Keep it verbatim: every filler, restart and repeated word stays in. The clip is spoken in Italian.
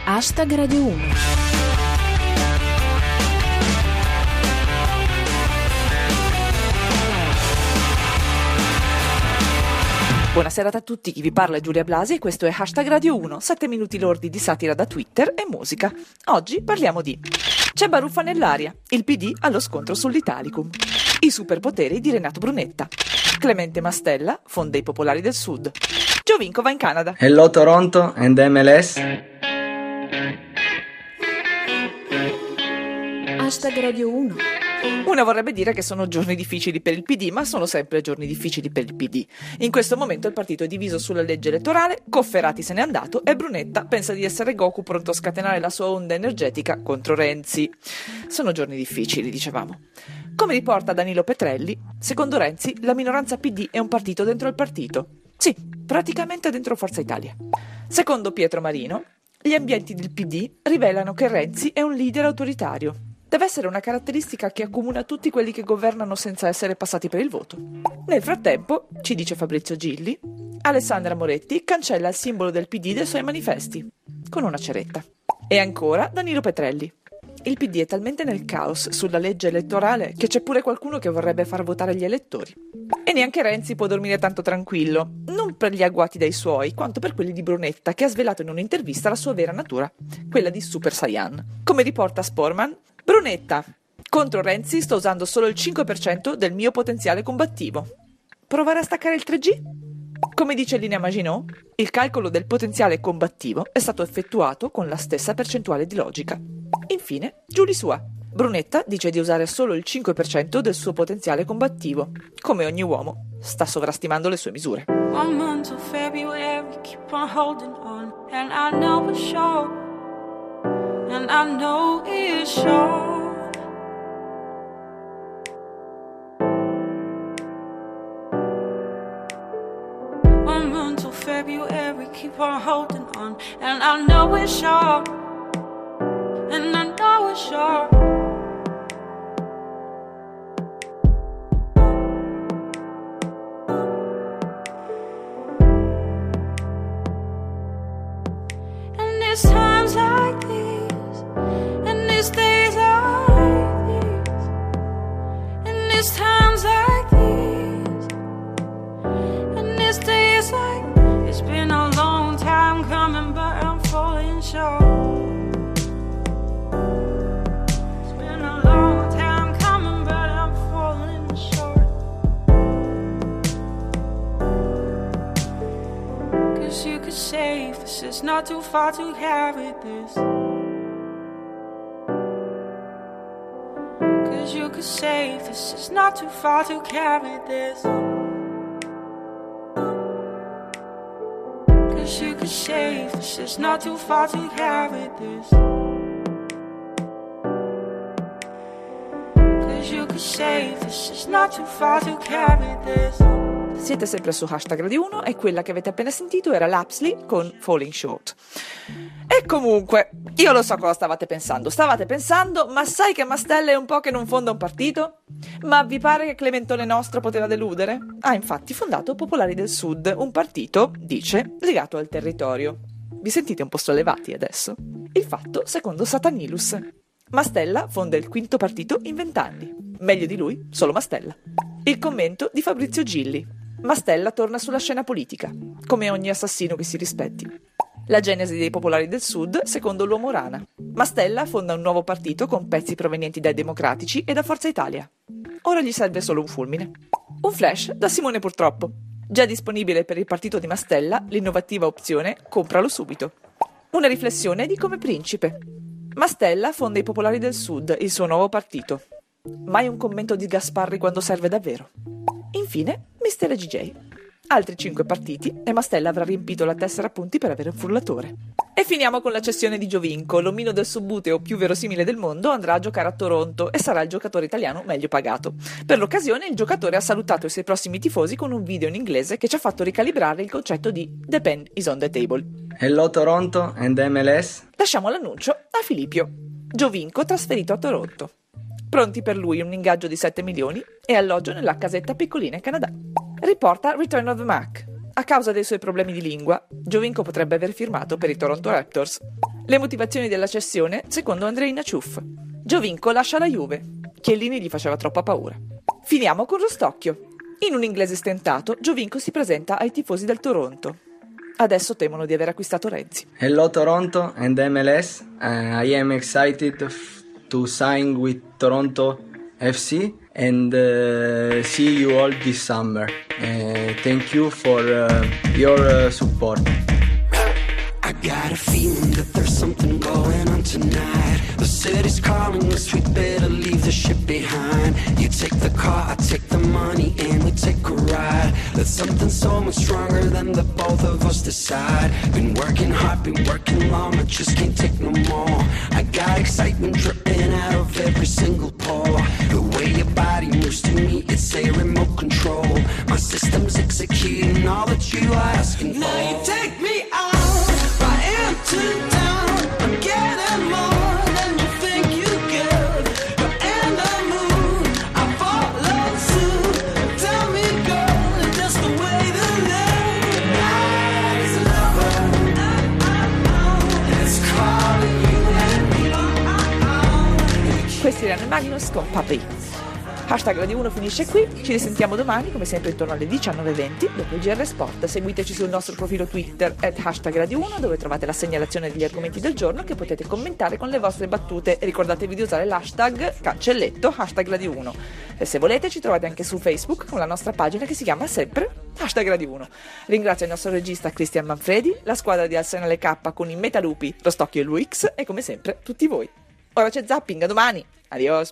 Hashtag Radio uno. Buonasera a tutti, chi vi parla è Giulia Blasi e questo è Hashtag Radio uno, sette minuti lordi di satira da Twitter e musica. Oggi parliamo di C'è baruffa nell'aria, il P D allo scontro sull'Italicum, i superpoteri di Renato Brunetta, Clemente Mastella fonda i Popolari del Sud, Giovinco va in Canada. Hello Toronto and M L S. Hashtag Radio uno. Uno vorrebbe dire che sono giorni difficili per il P D, ma sono sempre giorni difficili per il P D. In questo momento il partito è diviso sulla legge elettorale, Cofferati se n'è andato e Brunetta pensa di essere Goku pronto a scatenare la sua onda energetica contro Renzi. Sono giorni difficili, dicevamo. Come riporta Danilo Petrelli, secondo Renzi la minoranza P D è un partito dentro il partito. Sì, praticamente dentro Forza Italia. Secondo Pietro Marino, gli ambienti del P D rivelano che Renzi è un leader autoritario. Deve essere una caratteristica che accomuna tutti quelli che governano senza essere passati per il voto. Nel frattempo, ci dice Fabrizio Gilli, Alessandra Moretti cancella il simbolo del P D dai suoi manifesti, con una ceretta. E ancora Danilo Petrelli. Il P D è talmente nel caos sulla legge elettorale che c'è pure qualcuno che vorrebbe far votare gli elettori. E neanche Renzi può dormire tanto tranquillo, non per gli agguati dai suoi, quanto per quelli di Brunetta, che ha svelato in un'intervista la sua vera natura, quella di Super Saiyan. Come riporta Sporman, Brunetta, contro Renzi sto usando solo il cinque per cento del mio potenziale combattivo. Provare a staccare il tre G? Come dice Linea Maginot, il calcolo del potenziale combattivo è stato effettuato con la stessa percentuale di logica. Infine, giù di sua. Brunetta dice di usare solo il cinque per cento del suo potenziale combattivo. Come ogni uomo, sta sovrastimando le sue misure. One month of February, keep on holding on, and I know it's short, and I know it's short. One month of February, keep on holding on, and I know it's short, and I know it's short. It's times like these, and it's days like these, and it's times like these, and it's days like these. It's been a long time coming, but I'm falling short. It's been a long time coming, but I'm falling short. 'Cause you could save this, it's not too far to carry this. 'Cause you could save this, it's not too far to carry this. 'Cause you could save this, it's not too far to carry this. 'Cause you could save this, it's not too far to carry this. Siete sempre su Hashtag Radio uno e quella che avete appena sentito era Lapsley con Falling Short. E comunque, io lo so cosa stavate pensando. Stavate pensando, ma sai che Mastella è un po' che non fonda un partito? Ma vi pare che Clementone nostro poteva deludere? Ha infatti fondato Popolari del Sud, un partito, dice, legato al territorio. Vi sentite un po' sollevati adesso? Il fatto secondo Satanilus. Mastella fonda il quinto partito in vent'anni. Meglio di lui, solo Mastella. Il commento di Fabrizio Gilli. Mastella torna sulla scena politica, come ogni assassino che si rispetti. La genesi dei Popolari del Sud, secondo l'uomo Rana. Mastella fonda un nuovo partito con pezzi provenienti dai Democratici e da Forza Italia. Ora gli serve solo un fulmine. Un flash da Simone Purtroppo. Già disponibile per il partito di Mastella, l'innovativa opzione Compralo subito. Una riflessione di Come Principe. Mastella fonda i Popolari del Sud, il suo nuovo partito. Mai un commento di Gasparri quando serve davvero. Infine, mister G J. Altri cinque partiti e Mastella avrà riempito la tessera a punti per avere un frullatore. E finiamo con la cessione di Giovinco. L'omino del subbuteo più verosimile del mondo andrà a giocare a Toronto e sarà il giocatore italiano meglio pagato. Per l'occasione il giocatore ha salutato i suoi prossimi tifosi con un video in inglese che ci ha fatto ricalibrare il concetto di The pen is on the table. Hello Toronto and M L S. Lasciamo l'annuncio a Filippio. Giovinco trasferito a Toronto. Pronti per lui un ingaggio di sette milioni e alloggio nella casetta piccolina in Canada. Riporta Return of the Mac. A causa dei suoi problemi di lingua, Giovinco potrebbe aver firmato per i Toronto Raptors. Le motivazioni della cessione, secondo Andrei Naciuff. Giovinco lascia la Juve. Chiellini gli faceva troppa paura. Finiamo con Rostocchio. In un inglese stentato, Giovinco si presenta ai tifosi del Toronto. Adesso temono di aver acquistato Renzi. Hello Toronto and M L S. Uh, I am excited f- to sign with Toronto F C and uh, see you all this summer. Uh, thank you for uh, your uh, support. I got a feeling that there's something going on tonight. The city's calling us, we better leave the ship behind. You take the car, I take the money, and we take a ride. There's something so much stronger than the both of us decide. Been working hard, been working long, I just can't take no more. I got excitement dripping out of every single pore. The way your body moves to me, it's a remote control. My system's executing all that you are asking for. Now you take me out. To down, I'm getting more than you think you get. You're in the mood, I follow suit. Tell me, girl, just the way the night is lover. It's calling you and me. Questi erano i Magnus con Papi. Hashtag Radio uno finisce qui, ci risentiamo domani come sempre intorno alle diciannove e venti dopo il G R Sport. Seguiteci sul nostro profilo Twitter at hashtag Radio uno dove trovate la segnalazione degli argomenti del giorno che potete commentare con le vostre battute e ricordatevi di usare l'hashtag cancelletto hashtag Radio uno. E se volete ci trovate anche su Facebook con la nostra pagina che si chiama sempre hashtag Radio uno. Ringrazio il nostro regista Cristian Manfredi, la squadra di Arsenale K con i Metalupi, Rostocchio e l'U X e come sempre tutti voi. Ora c'è zapping, a domani, adios!